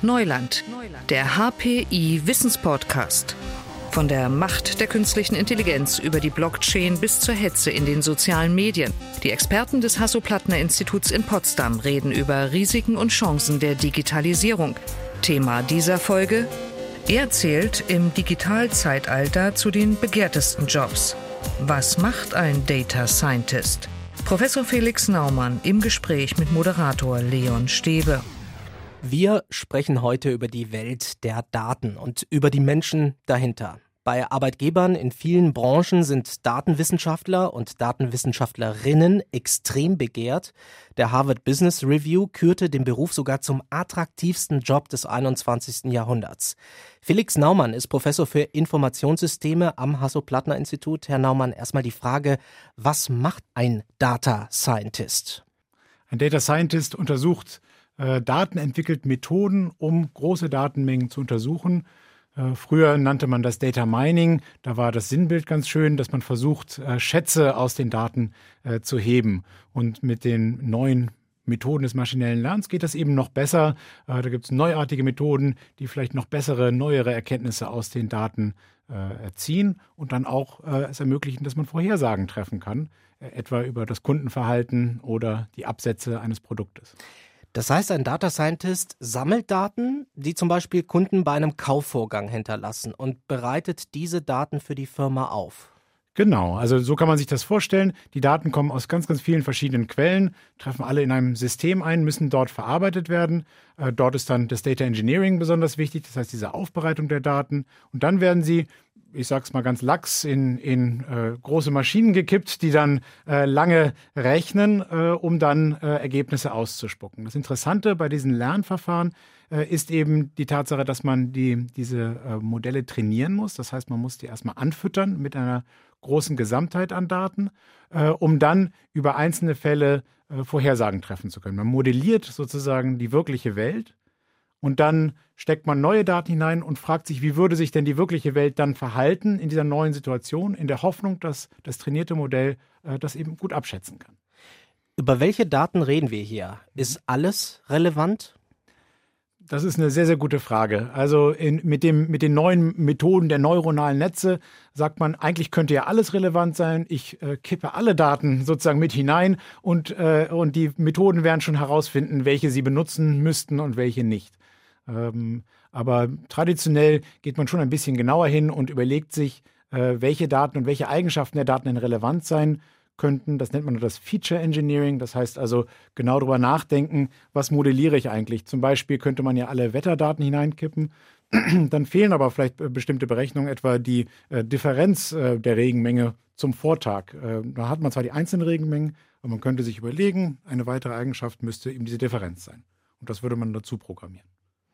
Neuland, der HPI Wissenspodcast. Von der Macht der künstlichen Intelligenz über die Blockchain bis zur Hetze in den sozialen Medien. Die Experten des Hasso-Plattner-Instituts in Potsdam reden über Risiken und Chancen der Digitalisierung. Thema dieser Folge: Er zählt im Digitalzeitalter zu den begehrtesten Jobs. Was macht ein Data Scientist? Professor Felix Naumann im Gespräch mit Moderator Leon Stäbe. Wir sprechen heute über die Welt der Daten und über die Menschen dahinter. Bei Arbeitgebern in vielen Branchen sind Datenwissenschaftler und Datenwissenschaftlerinnen extrem begehrt. Der Harvard Business Review kürte den Beruf sogar zum attraktivsten Job des 21. Jahrhunderts. Felix Naumann ist Professor für Informationssysteme am Hasso-Plattner-Institut. Herr Naumann, erstmal die Frage, was macht ein Data Scientist? Ein Data Scientist untersucht Daten, entwickelt Methoden, um große Datenmengen zu untersuchen. Früher nannte man das Data Mining. Da war das Sinnbild ganz schön, dass man versucht, Schätze aus den Daten zu heben. Und mit den neuen Methoden des maschinellen Lernens geht das eben noch besser. Da gibt es neuartige Methoden, die vielleicht noch bessere, neuere Erkenntnisse aus den Daten erziehen und dann auch es ermöglichen, dass man Vorhersagen treffen kann, etwa über das Kundenverhalten oder die Absätze eines Produktes. Das heißt, ein Data Scientist sammelt Daten, die zum Beispiel Kunden bei einem Kaufvorgang hinterlassen und bereitet diese Daten für die Firma auf. Genau, also so kann man sich das vorstellen. Die Daten kommen aus ganz, ganz vielen verschiedenen Quellen, treffen alle in einem System ein, müssen dort verarbeitet werden. Dort ist dann das Data Engineering besonders wichtig, das heißt diese Aufbereitung der Daten. Und dann werden sie, ich sag's mal ganz lax, in große Maschinen gekippt, die dann lange rechnen, um dann Ergebnisse auszuspucken. Das Interessante bei diesen Lernverfahren ist eben die Tatsache, dass man diese Modelle trainieren muss. Das heißt, man muss die erstmal anfüttern mit einer großen Gesamtheit an Daten, um dann über einzelne Fälle Vorhersagen treffen zu können. Man modelliert sozusagen die wirkliche Welt. Und dann steckt man neue Daten hinein und fragt sich, wie würde sich denn die wirkliche Welt dann verhalten in dieser neuen Situation, in der Hoffnung, dass das trainierte Modell das eben gut abschätzen kann. Über welche Daten reden wir hier? Ist alles relevant? Das ist eine sehr, sehr gute Frage. Also mit den neuen Methoden der neuronalen Netze sagt man, eigentlich könnte ja alles relevant sein. Ich kippe alle Daten sozusagen mit hinein und die Methoden werden schon herausfinden, welche sie benutzen müssten und welche nicht. Aber traditionell geht man schon ein bisschen genauer hin und überlegt sich, welche Daten und welche Eigenschaften der Daten denn relevant sein könnten. Das nennt man das Feature Engineering. Das heißt also genau darüber nachdenken, was modelliere ich eigentlich. Zum Beispiel könnte man ja alle Wetterdaten hineinkippen. Dann fehlen aber vielleicht bestimmte Berechnungen, etwa die Differenz der Regenmenge zum Vortag. Da hat man zwar die einzelnen Regenmengen, aber man könnte sich überlegen, eine weitere Eigenschaft müsste eben diese Differenz sein. Und das würde man dazu programmieren.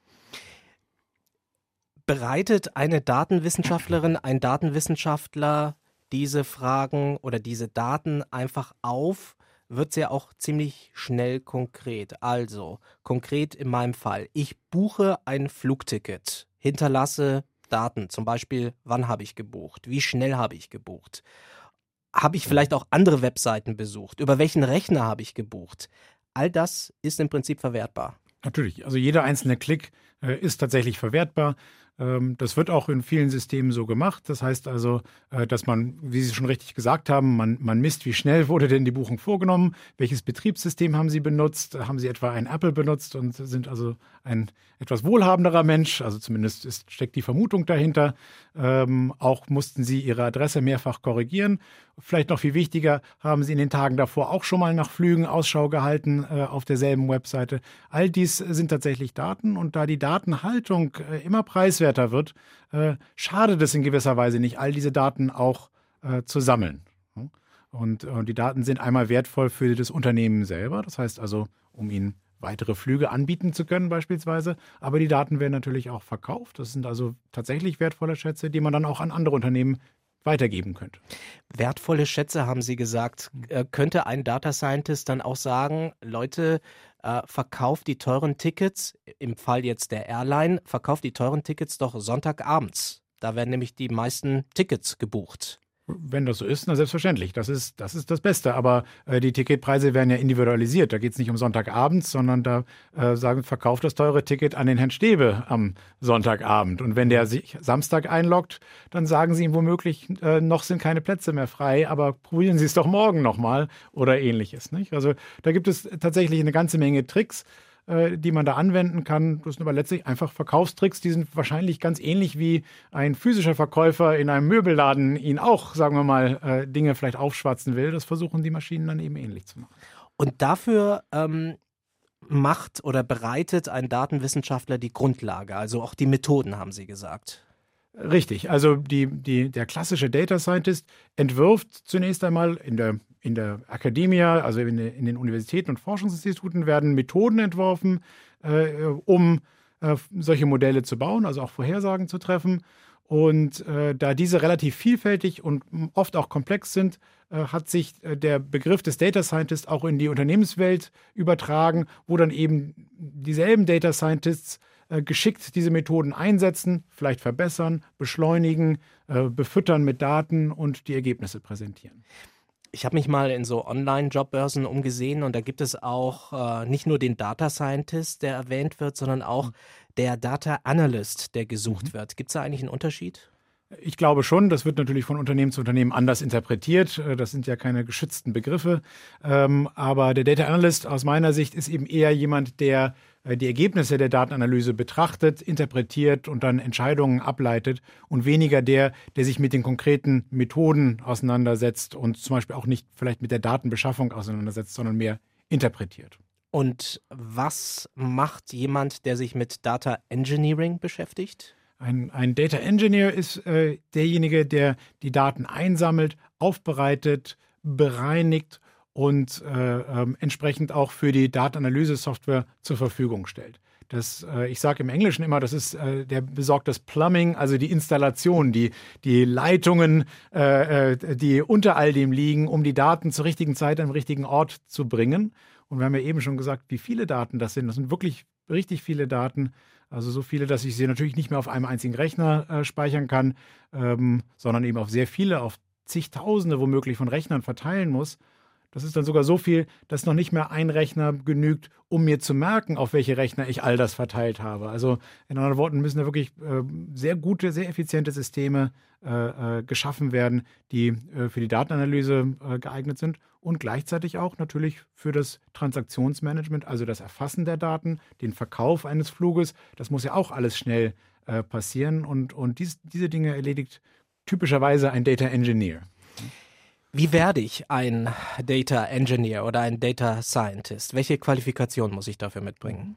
Bereitet eine Datenwissenschaftlerin, ein Datenwissenschaftler diese Fragen oder diese Daten einfach auf, wird es ja auch ziemlich schnell konkret. Also, konkret in meinem Fall, ich buche ein Flugticket, hinterlasse Daten, zum Beispiel, wann habe ich gebucht, wie schnell habe ich gebucht, habe ich vielleicht auch andere Webseiten besucht, über welchen Rechner habe ich gebucht. All das ist im Prinzip verwertbar. Natürlich, also jeder einzelne Klick ist tatsächlich verwertbar. Das wird auch in vielen Systemen so gemacht. Das heißt also, dass man, wie Sie schon richtig gesagt haben, man misst, wie schnell wurde denn die Buchung vorgenommen, welches Betriebssystem haben Sie benutzt, haben Sie etwa ein Apple benutzt und sind also ein etwas wohlhabenderer Mensch, also zumindest steckt die Vermutung dahinter. Auch mussten Sie Ihre Adresse mehrfach korrigieren. Vielleicht noch viel wichtiger, haben Sie in den Tagen davor auch schon mal nach Flügen Ausschau gehalten auf derselben Webseite. All dies sind tatsächlich Daten und da die Datenhaltung immer preiswerter wird, schadet es in gewisser Weise nicht, all diese Daten auch zu sammeln. Und die Daten sind einmal wertvoll für das Unternehmen selber, das heißt also, um ihnen weitere Flüge anbieten zu können beispielsweise, aber die Daten werden natürlich auch verkauft. Das sind also tatsächlich wertvolle Schätze, die man dann auch an andere Unternehmen weitergeben könnte. Wertvolle Schätze, haben Sie gesagt. Könnte ein Data Scientist dann auch sagen, Leute, verkauft die teuren Tickets, im Fall jetzt der Airline, verkauft die teuren Tickets doch Sonntagabends. Da werden nämlich die meisten Tickets gebucht. Wenn das so ist, na selbstverständlich. Das ist das Beste. Aber die Ticketpreise werden ja individualisiert. Da geht es nicht um Sonntagabend, sondern da verkauft das teure Ticket an den Herrn Stäbe am Sonntagabend. Und wenn der sich Samstag einloggt, dann sagen sie ihm womöglich, noch sind keine Plätze mehr frei, aber probieren Sie es doch morgen nochmal oder ähnliches. Nicht? Also da gibt es tatsächlich eine ganze Menge Tricks, die man da anwenden kann. Das sind aber letztlich einfach Verkaufstricks, die sind wahrscheinlich ganz ähnlich wie ein physischer Verkäufer in einem Möbelladen ihn auch, sagen wir mal, Dinge vielleicht aufschwatzen will. Das versuchen die Maschinen dann eben ähnlich zu machen. Und dafür macht oder bereitet ein Datenwissenschaftler die Grundlage, also auch die Methoden, haben Sie gesagt. Richtig, also der klassische Data Scientist entwirft zunächst einmal in der Akademie, also in den Universitäten und Forschungsinstituten werden Methoden entworfen, um solche Modelle zu bauen, also auch Vorhersagen zu treffen. Und da diese relativ vielfältig und oft auch komplex sind, hat sich der Begriff des Data Scientist auch in die Unternehmenswelt übertragen, wo dann eben dieselben Data Scientists geschickt diese Methoden einsetzen, vielleicht verbessern, beschleunigen, befüttern mit Daten und die Ergebnisse präsentieren. Ich habe mich mal in so Online-Jobbörsen umgesehen und da gibt es auch nicht nur den Data Scientist, der erwähnt wird, sondern auch der Data Analyst, der gesucht wird. Gibt es da eigentlich einen Unterschied? Ich glaube schon, das wird natürlich von Unternehmen zu Unternehmen anders interpretiert. Das sind ja keine geschützten Begriffe. Aber der Data Analyst aus meiner Sicht ist eben eher jemand, der die Ergebnisse der Datenanalyse betrachtet, interpretiert und dann Entscheidungen ableitet und weniger der sich mit den konkreten Methoden auseinandersetzt und zum Beispiel auch nicht vielleicht mit der Datenbeschaffung auseinandersetzt, sondern mehr interpretiert. Und was macht jemand, der sich mit Data Engineering beschäftigt? Ein Data Engineer ist derjenige, der die Daten einsammelt, aufbereitet, bereinigt und entsprechend auch für die Datenanalyse-Software zur Verfügung stellt. Ich sage im Englischen immer, der besorgt das Plumbing, also die Installation, die Leitungen, die unter all dem liegen, um die Daten zur richtigen Zeit am richtigen Ort zu bringen. Und wir haben ja eben schon gesagt, wie viele Daten das sind. Das sind wirklich richtig viele Daten. Also so viele, dass ich sie natürlich nicht mehr auf einem einzigen Rechner speichern kann, sondern eben auf sehr viele, auf zigtausende womöglich von Rechnern verteilen muss. Das ist dann sogar so viel, dass noch nicht mehr ein Rechner genügt, um mir zu merken, auf welche Rechner ich all das verteilt habe. Also in anderen Worten müssen da wirklich sehr gute, sehr effiziente Systeme geschaffen werden, die für die Datenanalyse geeignet sind und gleichzeitig auch natürlich für das Transaktionsmanagement, also das Erfassen der Daten, den Verkauf eines Fluges. Das muss ja auch alles schnell passieren und diese Dinge erledigt typischerweise ein Data Engineer. Wie werde ich ein Data Engineer oder ein Data Scientist? Welche Qualifikation muss ich dafür mitbringen?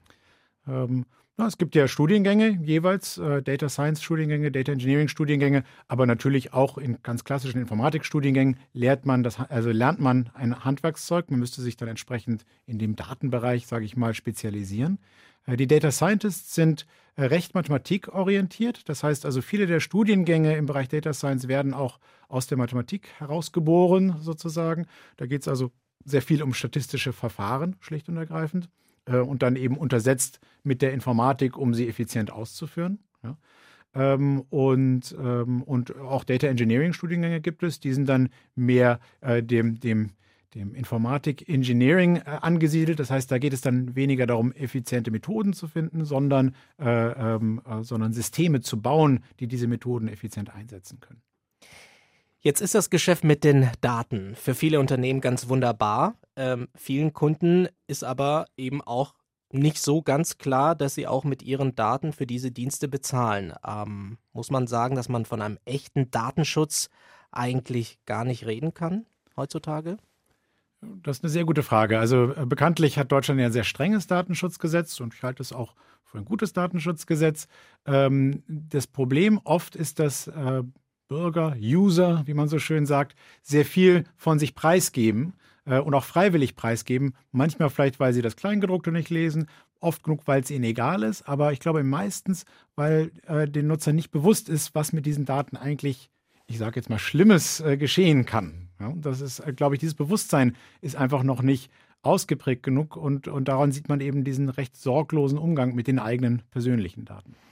Es gibt ja Studiengänge jeweils, Data Science Studiengänge, Data Engineering Studiengänge, aber natürlich auch in ganz klassischen Informatikstudiengängen lernt man ein Handwerkszeug. Man müsste sich dann entsprechend in dem Datenbereich, sage ich mal, spezialisieren. Die Data Scientists sind recht mathematikorientiert. Das heißt also, viele der Studiengänge im Bereich Data Science werden auch aus der Mathematik herausgeboren, sozusagen. Da geht es also sehr viel um statistische Verfahren, schlicht und ergreifend. Und dann eben untersetzt mit der Informatik, um sie effizient auszuführen. Ja. Und auch Data Engineering Studiengänge gibt es. Die sind dann mehr dem Informatik-Engineering angesiedelt. Das heißt, da geht es dann weniger darum, effiziente Methoden zu finden, sondern Systeme zu bauen, die diese Methoden effizient einsetzen können. Jetzt ist das Geschäft mit den Daten für viele Unternehmen ganz wunderbar. Vielen Kunden ist aber eben auch nicht so ganz klar, dass sie auch mit ihren Daten für diese Dienste bezahlen. Muss man sagen, dass man von einem echten Datenschutz eigentlich gar nicht reden kann heutzutage? Das ist eine sehr gute Frage. Also bekanntlich hat Deutschland ja ein sehr strenges Datenschutzgesetz und ich halte es auch für ein gutes Datenschutzgesetz. Das Problem oft ist, dass Bürger, User, wie man so schön sagt, sehr viel von sich preisgeben und auch freiwillig preisgeben. Manchmal vielleicht, weil sie das Kleingedruckte nicht lesen, oft genug, weil es ihnen egal ist. Aber ich glaube meistens, weil den Nutzern nicht bewusst ist, was mit diesen Daten eigentlich, ich sage jetzt mal, Schlimmes geschehen kann. Ja, das ist, glaube ich, dieses Bewusstsein ist einfach noch nicht ausgeprägt genug und daran sieht man eben diesen recht sorglosen Umgang mit den eigenen persönlichen Daten.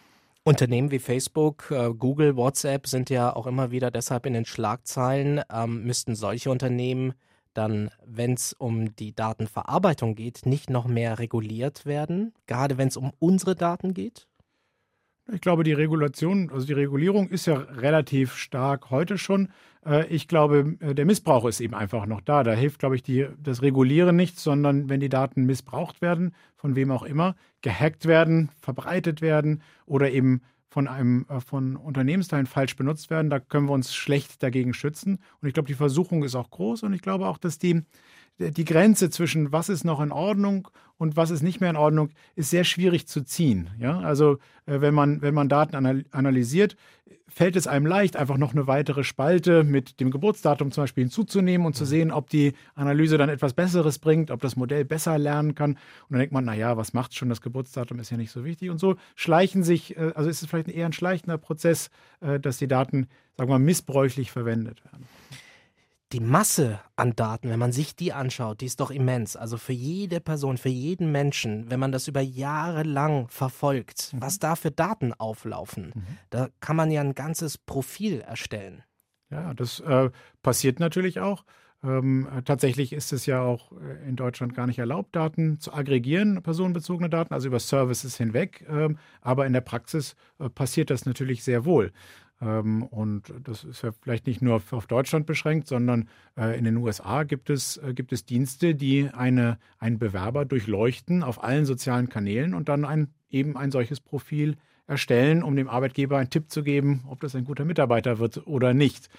Unternehmen wie Facebook, Google, WhatsApp sind ja auch immer wieder deshalb in den Schlagzeilen. Müssten solche Unternehmen dann, wenn es um die Datenverarbeitung geht, nicht noch mehr reguliert werden, gerade wenn es um unsere Daten geht? Ich glaube, die Regulierung ist ja relativ stark heute schon. Ich glaube, der Missbrauch ist eben einfach noch da. Da hilft, glaube ich, das Regulieren nichts, sondern wenn die Daten missbraucht werden, von wem auch immer, gehackt werden, verbreitet werden oder eben von Unternehmensteilen falsch benutzt werden, da können wir uns schlecht dagegen schützen. Und ich glaube, die Versuchung ist auch groß und ich glaube auch, dass die Grenze zwischen was ist noch in Ordnung und was ist nicht mehr in Ordnung, ist sehr schwierig zu ziehen. Ja? Also wenn man Daten analysiert, fällt es einem leicht, einfach noch eine weitere Spalte mit dem Geburtsdatum zum Beispiel hinzuzunehmen und zu sehen, ob die Analyse dann etwas Besseres bringt, ob das Modell besser lernen kann. Und dann denkt man, naja, was macht schon, das Geburtsdatum ist ja nicht so wichtig. Und so schleichen sich, also ist es vielleicht eher ein schleichender Prozess, dass die Daten, sagen wir mal, missbräuchlich verwendet werden. Die Masse an Daten, wenn man sich die anschaut, die ist doch immens. Also für jede Person, für jeden Menschen, wenn man das über Jahre lang verfolgt, was da für Daten auflaufen, da kann man ja ein ganzes Profil erstellen. Ja, das passiert natürlich auch. Tatsächlich ist es ja auch in Deutschland gar nicht erlaubt, Daten zu aggregieren, personenbezogene Daten, also über Services hinweg. Aber in der Praxis passiert das natürlich sehr wohl. Und das ist ja vielleicht nicht nur auf Deutschland beschränkt, sondern in den USA gibt es Dienste, die einen Bewerber durchleuchten auf allen sozialen Kanälen und dann eben ein solches Profil erstellen, um dem Arbeitgeber einen Tipp zu geben, ob das ein guter Mitarbeiter wird oder nicht.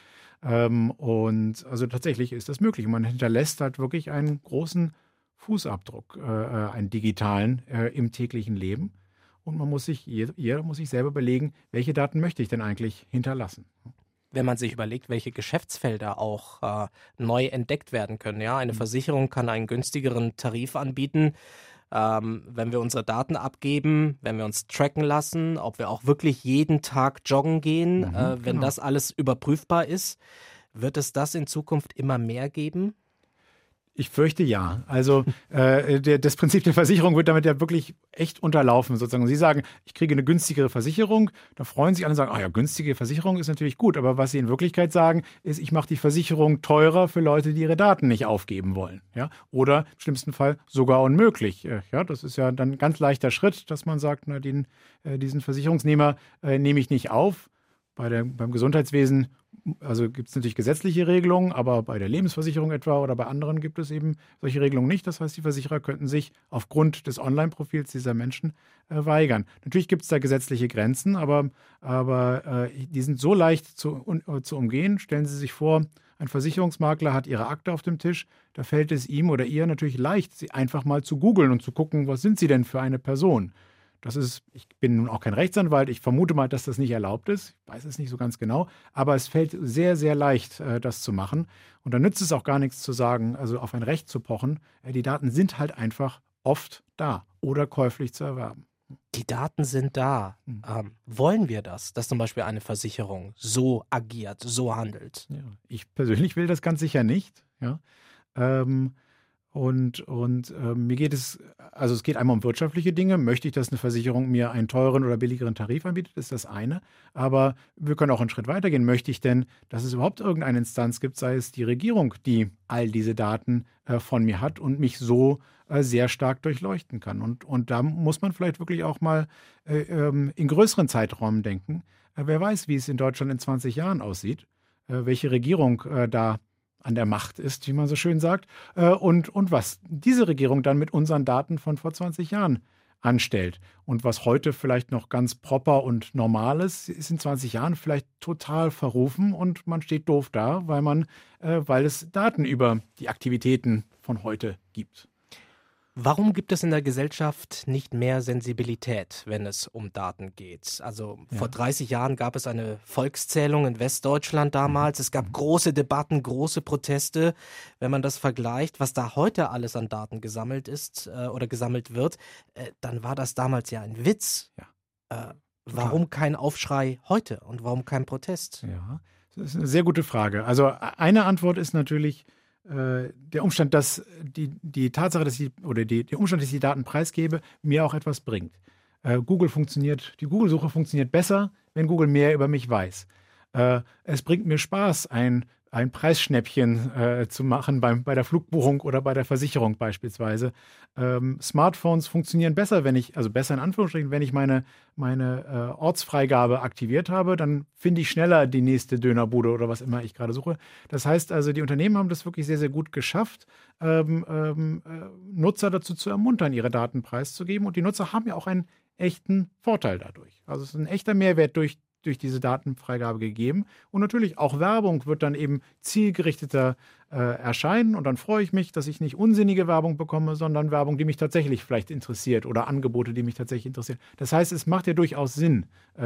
Und also tatsächlich ist das möglich. Man hinterlässt halt wirklich einen großen Fußabdruck, einen digitalen im täglichen Leben. Und jeder muss sich selber überlegen, welche Daten möchte ich denn eigentlich hinterlassen. Wenn man sich überlegt, welche Geschäftsfelder auch neu entdeckt werden können. Ja, eine Versicherung kann einen günstigeren Tarif anbieten, wenn wir unsere Daten abgeben, wenn wir uns tracken lassen, ob wir auch wirklich jeden Tag joggen gehen, wenn das alles überprüfbar ist. Wird es das in Zukunft immer mehr geben? Ich fürchte ja. Also das Prinzip der Versicherung wird damit ja wirklich echt unterlaufen sozusagen. Sie sagen, ich kriege eine günstigere Versicherung, da freuen sich alle und sagen, ja, günstige Versicherung ist natürlich gut, aber was sie in Wirklichkeit sagen, ist, ich mache die Versicherung teurer für Leute, die ihre Daten nicht aufgeben wollen. Ja? Oder im schlimmsten Fall sogar unmöglich. Ja, das ist ja dann ein ganz leichter Schritt, dass man sagt, na, diesen Versicherungsnehmer nehme ich nicht auf. Beim Gesundheitswesen, also gibt es natürlich gesetzliche Regelungen, aber bei der Lebensversicherung etwa oder bei anderen gibt es eben solche Regelungen nicht. Das heißt, die Versicherer könnten sich aufgrund des Online-Profils dieser Menschen weigern. Natürlich gibt es da gesetzliche Grenzen, aber die sind so leicht zu umgehen. Stellen Sie sich vor, ein Versicherungsmakler hat Ihre Akte auf dem Tisch. Da fällt es ihm oder ihr natürlich leicht, sie einfach mal zu googeln und zu gucken, was sind Sie denn für eine Person? Ich bin nun auch kein Rechtsanwalt, ich vermute mal, dass das nicht erlaubt ist. Ich weiß es nicht so ganz genau, aber es fällt sehr, sehr leicht, das zu machen. Und da nützt es auch gar nichts zu sagen, also auf ein Recht zu pochen. Die Daten sind halt einfach oft da oder käuflich zu erwerben. Die Daten sind da. Wollen wir das, dass zum Beispiel eine Versicherung so agiert, so handelt? Ja, ich persönlich will das ganz sicher nicht. Ja. Mir geht es geht einmal um wirtschaftliche Dinge. Möchte ich, dass eine Versicherung mir einen teuren oder billigeren Tarif anbietet, ist das eine. Aber wir können auch einen Schritt weiter gehen. Möchte ich denn, dass es überhaupt irgendeine Instanz gibt, sei es die Regierung, die all diese Daten von mir hat und mich so sehr stark durchleuchten kann. Und da muss man vielleicht wirklich auch mal in größeren Zeiträumen denken. Wer weiß, wie es in Deutschland in 20 Jahren aussieht, welche Regierung da an der Macht ist, wie man so schön sagt, und was diese Regierung dann mit unseren Daten von vor 20 Jahren anstellt. Und was heute vielleicht noch ganz proper und normal ist in 20 Jahren vielleicht total verrufen und man steht doof da, weil es Daten über die Aktivitäten von heute gibt. Warum gibt es in der Gesellschaft nicht mehr Sensibilität, wenn es um Daten geht? Also vor 30 Jahren gab es eine Volkszählung in Westdeutschland damals. Es gab große Debatten, große Proteste. Wenn man das vergleicht, was da heute alles an Daten gesammelt ist oder gesammelt wird, dann war das damals ja ein Witz. Ja. Warum kein Aufschrei heute und warum kein Protest? Ja, das ist eine sehr gute Frage. Also eine Antwort ist natürlich, der Umstand, dass die Tatsache, der Umstand, dass ich die Daten preisgebe, mir auch etwas bringt. die Google-Suche funktioniert besser, wenn Google mehr über mich weiß. Es bringt mir Spaß, ein Preisschnäppchen zu machen bei der Flugbuchung oder bei der Versicherung beispielsweise. Smartphones funktionieren besser, besser in Anführungsstrichen, wenn ich meine Ortsfreigabe aktiviert habe, dann finde ich schneller die nächste Dönerbude oder was immer ich gerade suche. Das heißt also, die Unternehmen haben das wirklich sehr, sehr gut geschafft, Nutzer dazu zu ermuntern, ihre Daten preiszugeben. Und die Nutzer haben ja auch einen echten Vorteil dadurch. Also es ist ein echter Mehrwert durch diese Datenfreigabe gegeben. Und natürlich auch Werbung wird dann eben zielgerichteter erscheinen. Und dann freue ich mich, dass ich nicht unsinnige Werbung bekomme, sondern Werbung, die mich tatsächlich vielleicht interessiert oder Angebote, die mich tatsächlich interessieren. Das heißt, es macht ja durchaus Sinn,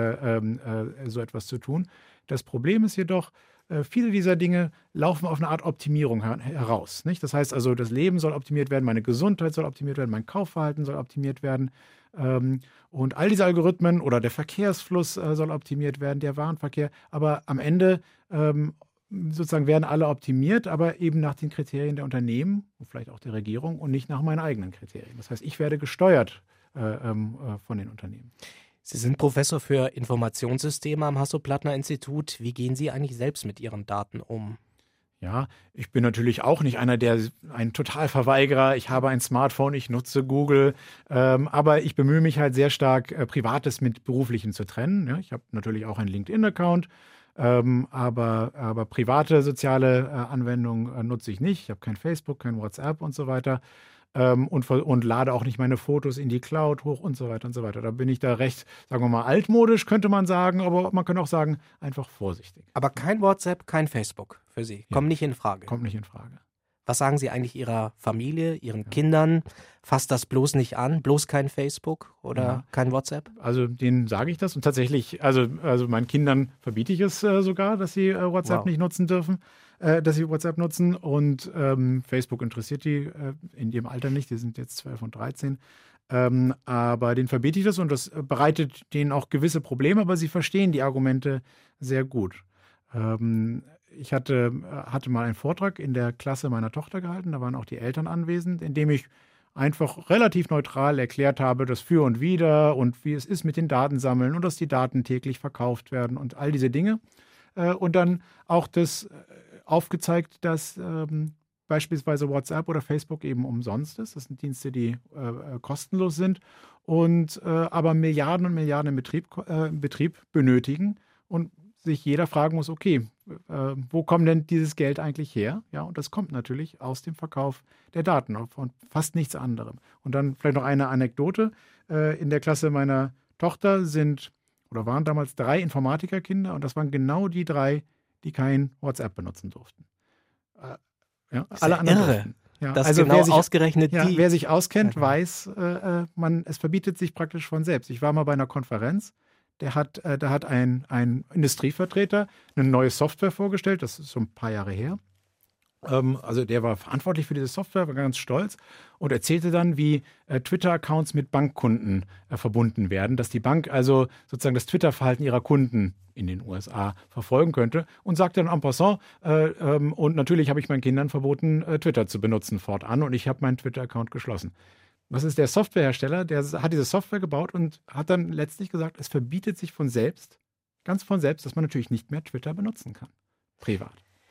so etwas zu tun. Das Problem ist jedoch, viele dieser Dinge laufen auf eine Art Optimierung heraus. Nicht? Das heißt also, das Leben soll optimiert werden, meine Gesundheit soll optimiert werden, mein Kaufverhalten soll optimiert werden. Und all diese Algorithmen oder der Verkehrsfluss soll optimiert werden, der Warenverkehr. Aber am Ende sozusagen werden alle optimiert, aber eben nach den Kriterien der Unternehmen und vielleicht auch der Regierung und nicht nach meinen eigenen Kriterien. Das heißt, ich werde gesteuert von den Unternehmen. Sie sind Professor für Informationssysteme am Hasso-Plattner-Institut. Wie gehen Sie eigentlich selbst mit Ihren Daten um? Ja, ich bin natürlich auch nicht ein Totalverweigerer. Ich habe ein Smartphone, ich nutze Google, aber ich bemühe mich halt sehr stark, Privates mit Beruflichem zu trennen. Ja, ich habe natürlich auch einen LinkedIn-Account, aber private soziale Anwendungen nutze ich nicht. Ich habe kein Facebook, kein WhatsApp und so weiter. Und lade auch nicht meine Fotos in die Cloud hoch und so weiter und so weiter. Da bin ich da recht, sagen wir mal, altmodisch, könnte man sagen, aber man kann auch sagen, einfach vorsichtig. Aber kein WhatsApp, kein Facebook für Sie. Kommt nicht in Frage. Kommt nicht in Frage. Was sagen Sie eigentlich Ihrer Familie, Ihren Kindern? Fasst das bloß nicht an? Bloß kein Facebook oder kein WhatsApp? Also denen sage ich das und tatsächlich, also meinen Kindern verbiete ich es sogar, dass sie WhatsApp nicht nutzen dürfen. Dass sie WhatsApp nutzen und Facebook interessiert die in dem Alter nicht, die sind jetzt 12 und 13. Aber denen verbiete ich das und das bereitet denen auch gewisse Probleme, aber sie verstehen die Argumente sehr gut. Ich hatte mal einen Vortrag in der Klasse meiner Tochter gehalten, da waren auch die Eltern anwesend, in dem ich einfach relativ neutral erklärt habe, das Für und Wider und wie es ist mit den Datensammeln und dass die Daten täglich verkauft werden und all diese Dinge. Und dann auch das aufgezeigt, dass beispielsweise WhatsApp oder Facebook eben umsonst ist. Das sind Dienste, die kostenlos sind und aber Milliarden und Milliarden im Betrieb benötigen und sich jeder fragen muss, okay, wo kommt denn dieses Geld eigentlich her? Ja, und das kommt natürlich aus dem Verkauf der Daten und fast nichts anderem. Und dann vielleicht noch eine Anekdote. In der Klasse meiner Tochter waren damals 3 Informatikerkinder und das waren genau die 3, die kein WhatsApp benutzen durften. Alle anderen durften. Ja, das also genau ausgerechnet die. Wer sich auskennt, weiß, es verbietet sich praktisch von selbst. Ich war mal bei einer Konferenz, da hat ein Industrievertreter eine neue Software vorgestellt, das ist so ein paar Jahre her. Also der war verantwortlich für diese Software, war ganz stolz und erzählte dann, wie Twitter-Accounts mit Bankkunden verbunden werden, dass die Bank also sozusagen das Twitter-Verhalten ihrer Kunden in den USA verfolgen könnte und sagte dann en passant, und natürlich habe ich meinen Kindern verboten, Twitter zu benutzen fortan und ich habe meinen Twitter-Account geschlossen. Was ist der Softwarehersteller? Der hat diese Software gebaut und hat dann letztlich gesagt, es verbietet sich von selbst, ganz von selbst, dass man natürlich nicht mehr Twitter benutzen kann. Privat.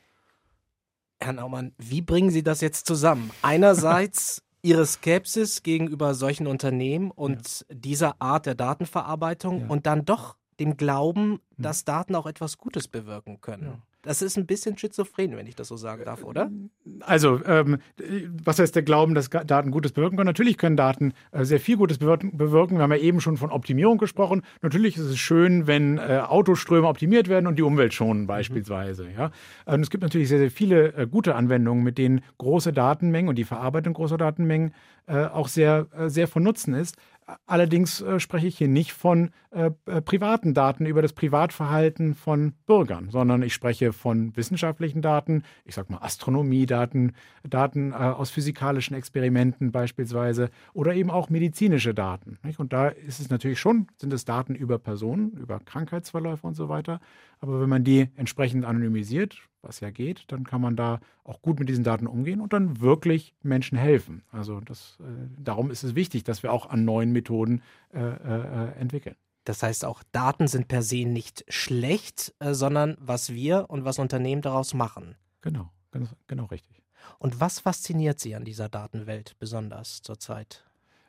Herr Naumann, wie bringen Sie das jetzt zusammen? Einerseits Ihre Skepsis gegenüber solchen Unternehmen und dieser Art der Datenverarbeitung und dann doch dem Glauben, dass Daten auch etwas Gutes bewirken können. Ja. Das ist ein bisschen schizophren, wenn ich das so sagen darf, oder? Also, was heißt der Glauben, dass Daten Gutes bewirken können? Natürlich können Daten sehr viel Gutes bewirken. Wir haben ja eben schon von Optimierung gesprochen. Natürlich ist es schön, wenn Autoströme optimiert werden und die Umwelt schonen beispielsweise. Ja? Es gibt natürlich sehr, sehr viele gute Anwendungen, mit denen große Datenmengen und die Verarbeitung großer Datenmengen auch sehr, sehr von Nutzen ist. Allerdings spreche ich hier nicht von privaten Daten über das Privatverhalten von Bürgern, sondern ich spreche von wissenschaftlichen Daten, ich sage mal Astronomiedaten, Daten aus physikalischen Experimenten beispielsweise oder eben auch medizinische Daten. Nicht? Und da ist es natürlich schon, sind es Daten über Personen, über Krankheitsverläufe und so weiter. Aber wenn man die entsprechend anonymisiert, was ja geht, dann kann man da auch gut mit diesen Daten umgehen und dann wirklich Menschen helfen. Also darum ist es wichtig, dass wir auch an neuen Methoden entwickeln. Das heißt, auch Daten sind per se nicht schlecht, sondern was wir und was Unternehmen daraus machen. Genau richtig. Und was fasziniert Sie an dieser Datenwelt besonders zurzeit?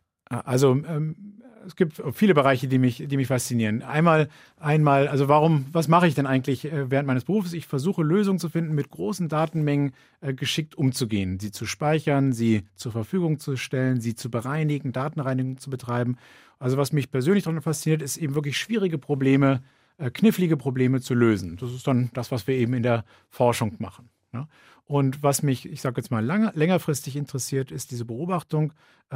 Also es gibt viele Bereiche, die mich faszinieren. Einmal, also was mache ich denn eigentlich während meines Berufes? Ich versuche Lösungen zu finden, mit großen Datenmengen geschickt umzugehen, sie zu speichern, sie zur Verfügung zu stellen, sie zu bereinigen, Datenreinigung zu betreiben. Also was mich persönlich daran fasziniert, ist eben wirklich schwierige Probleme, knifflige Probleme zu lösen. Das ist dann das, was wir eben in der Forschung machen. Ja? Und was mich, ich sage jetzt mal, längerfristig interessiert, ist diese Beobachtung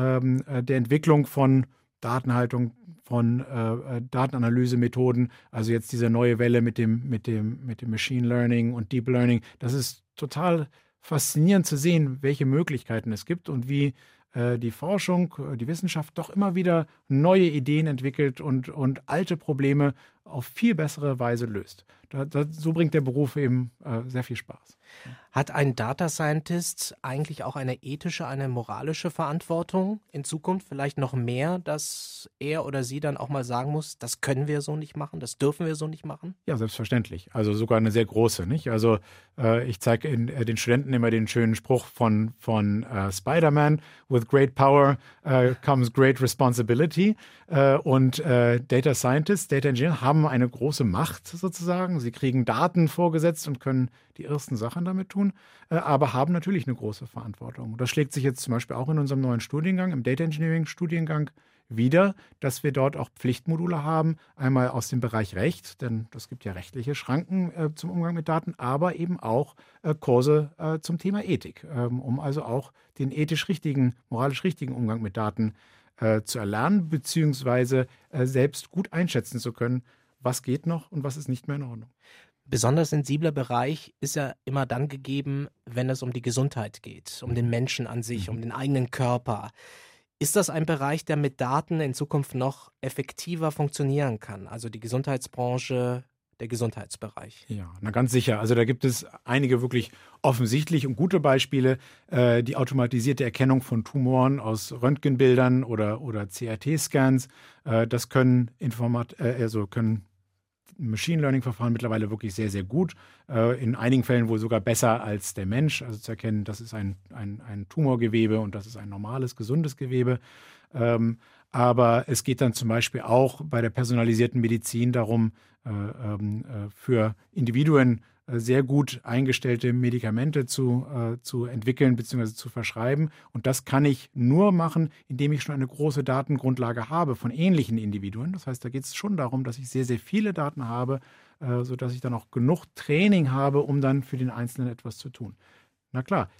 der Entwicklung von Datenhaltung, von Datenanalysemethoden. Also jetzt diese neue Welle mit dem Machine Learning und Deep Learning. Das ist total faszinierend zu sehen, welche Möglichkeiten es gibt und wie die Forschung, die Wissenschaft doch immer wieder neue Ideen entwickelt und alte Probleme auf viel bessere Weise löst. So bringt der Beruf eben sehr viel Spaß. Hat ein Data Scientist eigentlich auch eine ethische, eine moralische Verantwortung in Zukunft? Vielleicht noch mehr, dass er oder sie dann auch mal sagen muss, das können wir so nicht machen, das dürfen wir so nicht machen? Ja, selbstverständlich. Also sogar eine sehr große, nicht? Also ich zeige den Studenten immer den schönen Spruch von Spider-Man: With great power comes great responsibility. Und Data Scientists, Data Engineers haben eine große Macht sozusagen. Sie kriegen Daten vorgesetzt und können die ersten Sachen damit tun, aber haben natürlich eine große Verantwortung. Das schlägt sich jetzt zum Beispiel auch in unserem neuen Studiengang, im Data Engineering Studiengang, wieder, dass wir dort auch Pflichtmodule haben, einmal aus dem Bereich Recht, denn das gibt ja rechtliche Schranken zum Umgang mit Daten, aber eben auch Kurse zum Thema Ethik, um also auch den ethisch richtigen, moralisch richtigen Umgang mit Daten zu erlernen, beziehungsweise selbst gut einschätzen zu können, was geht noch und was ist nicht mehr in Ordnung. Besonders sensibler Bereich ist ja immer dann gegeben, wenn es um die Gesundheit geht, um den Menschen an sich, um den eigenen Körper. Ist das ein Bereich, der mit Daten in Zukunft noch effektiver funktionieren kann? Also die Gesundheitsbranche, der Gesundheitsbereich. Ja, na ganz sicher. Also da gibt es einige wirklich offensichtlich und gute Beispiele. Die automatisierte Erkennung von Tumoren aus Röntgenbildern oder CRT-Scans. Das können Machine Learning-Verfahren mittlerweile wirklich sehr, sehr gut. In einigen Fällen wohl sogar besser als der Mensch. Also zu erkennen, das ist ein Tumorgewebe und das ist ein normales, gesundes Gewebe. Aber es geht dann zum Beispiel auch bei der personalisierten Medizin darum, für Individuen sehr gut eingestellte Medikamente zu entwickeln bzw. zu verschreiben. Und das kann ich nur machen, indem ich schon eine große Datengrundlage habe von ähnlichen Individuen. Das heißt, da geht es schon darum, dass ich sehr, sehr viele Daten habe, sodass ich dann auch genug Training habe, um dann für den Einzelnen etwas zu tun. Na klar,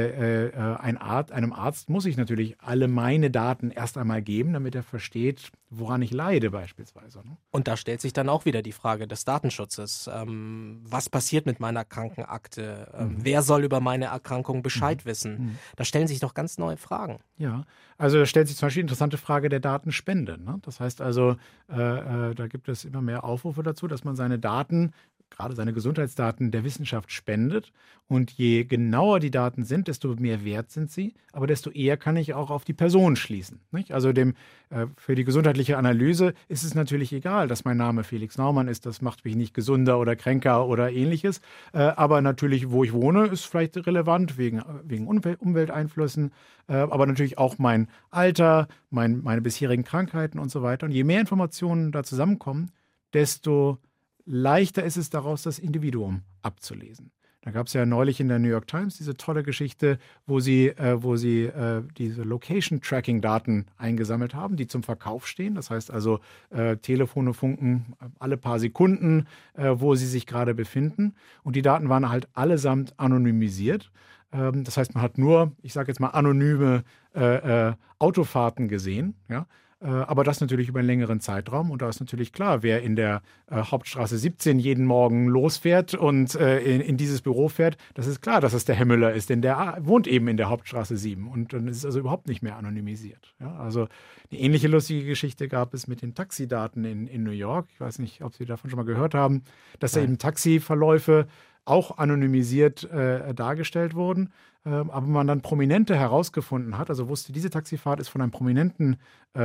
einem Arzt muss ich natürlich alle meine Daten erst einmal geben, damit er versteht, woran ich leide beispielsweise. Ne? Und da stellt sich dann auch wieder die Frage des Datenschutzes. Was passiert mit meiner Krankenakte? Wer soll über meine Erkrankung Bescheid wissen? Da stellen sich doch ganz neue Fragen. Ja, also da stellt sich zum Beispiel die interessante Frage der Datenspende. Ne? Das heißt also, da gibt es immer mehr Aufrufe dazu, dass man seine Daten, gerade seine Gesundheitsdaten, der Wissenschaft spendet. Und je genauer die Daten sind, desto mehr wert sind sie, aber desto eher kann ich auch auf die Person schließen. Nicht? Also für die gesundheitliche Analyse ist es natürlich egal, dass mein Name Felix Naumann ist. Das macht mich nicht gesunder oder kränker oder ähnliches. Aber natürlich, wo ich wohne, ist vielleicht relevant wegen Umwelteinflüssen. Aber natürlich auch mein Alter, meine bisherigen Krankheiten und so weiter. Und je mehr Informationen da zusammenkommen, desto leichter ist es daraus, das Individuum abzulesen. Da gab es ja neulich in der New York Times diese tolle Geschichte, wo sie diese Location-Tracking-Daten eingesammelt haben, die zum Verkauf stehen. Das heißt also, Telefone funken alle paar Sekunden, wo sie sich gerade befinden. Und die Daten waren halt allesamt anonymisiert. Das heißt, man hat nur, ich sage jetzt mal, anonyme Autofahrten gesehen, ja. Aber das natürlich über einen längeren Zeitraum. Und da ist natürlich klar, wer in der Hauptstraße 17 jeden Morgen losfährt und in dieses Büro fährt, das ist klar, dass es der Herr Müller ist, denn der wohnt eben in der Hauptstraße 7. Und dann ist es also überhaupt nicht mehr anonymisiert. Ja, also eine ähnliche lustige Geschichte gab es mit den Taxidaten in New York. Ich weiß nicht, ob Sie davon schon mal gehört haben, dass da eben Taxiverläufe auch anonymisiert dargestellt wurden. Aber man dann Prominente herausgefunden hat, also wusste, diese Taxifahrt ist von einem Prominenten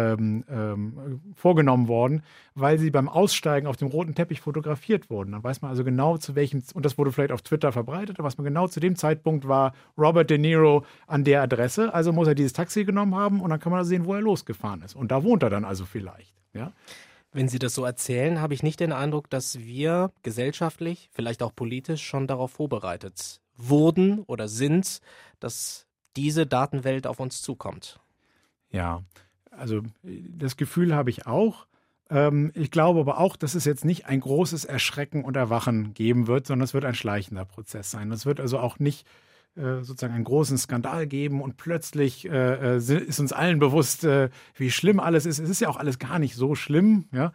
vorgenommen worden, weil sie beim Aussteigen auf dem roten Teppich fotografiert wurden. Dann weiß man also genau zu welchem, und das wurde vielleicht auf Twitter verbreitet, was man genau zu dem Zeitpunkt war, Robert De Niro an der Adresse, also muss er dieses Taxi genommen haben und dann kann man also sehen, wo er losgefahren ist. Und da wohnt er dann also vielleicht. Ja? Wenn Sie das so erzählen, habe ich nicht den Eindruck, dass wir gesellschaftlich, vielleicht auch politisch schon darauf vorbereitet wurden oder sind, dass diese Datenwelt auf uns zukommt. Ja, also das Gefühl habe ich auch. Ich glaube aber auch, dass es jetzt nicht ein großes Erschrecken und Erwachen geben wird, sondern es wird ein schleichender Prozess sein. Es wird also auch nicht sozusagen einen großen Skandal geben und plötzlich ist uns allen bewusst, wie schlimm alles ist. Es ist ja auch alles gar nicht so schlimm, ja.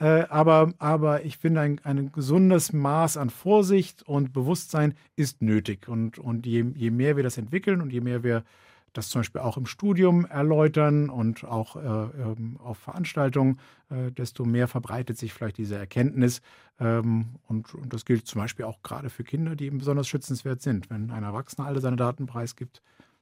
Aber ich finde, ein gesundes Maß an Vorsicht und Bewusstsein ist nötig. Und je mehr wir das entwickeln und je mehr wir das zum Beispiel auch im Studium erläutern und auch auf Veranstaltungen, desto mehr verbreitet sich vielleicht diese Erkenntnis. Und das gilt zum Beispiel auch gerade für Kinder, die eben besonders schützenswert sind. Wenn ein Erwachsener alle seine Daten preisgibt,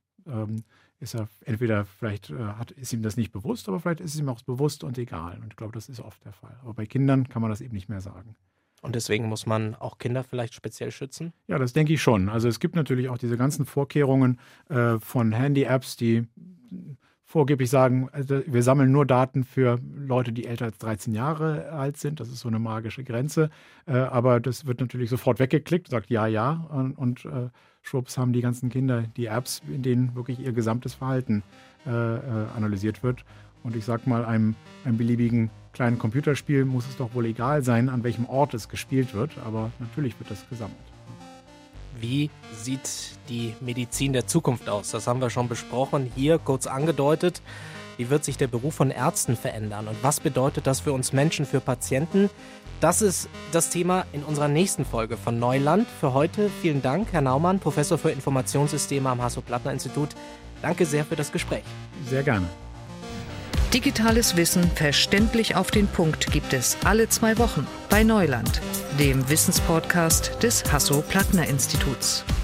ist er entweder ist ihm das nicht bewusst, aber vielleicht ist es ihm auch bewusst und egal. Und ich glaube, das ist oft der Fall. Aber bei Kindern kann man das eben nicht mehr sagen. Und deswegen muss man auch Kinder vielleicht speziell schützen? Ja, das denke ich schon. Also es gibt natürlich auch diese ganzen Vorkehrungen von Handy-Apps, die vorgeblich sagen, also wir sammeln nur Daten für Leute, die älter als 13 Jahre alt sind. Das ist so eine magische Grenze. Aber das wird natürlich sofort weggeklickt, sagt ja. Und schwupps haben die ganzen Kinder die Apps, in denen wirklich ihr gesamtes Verhalten analysiert wird. Und ich sag mal, einem beliebigen kleinen Computerspiel muss es doch wohl egal sein, an welchem Ort es gespielt wird. Aber natürlich wird das gesammelt. Wie sieht die Medizin der Zukunft aus? Das haben wir schon besprochen, hier kurz angedeutet. Wie wird sich der Beruf von Ärzten verändern? Und was bedeutet das für uns Menschen, für Patienten? Das ist das Thema in unserer nächsten Folge von Neuland. Für heute vielen Dank, Herr Naumann, Professor für Informationssysteme am Hasso-Plattner-Institut. Danke sehr für das Gespräch. Sehr gerne. Digitales Wissen verständlich auf den Punkt gibt es alle 2 Wochen bei Neuland, dem Wissenspodcast des Hasso-Plattner-Instituts.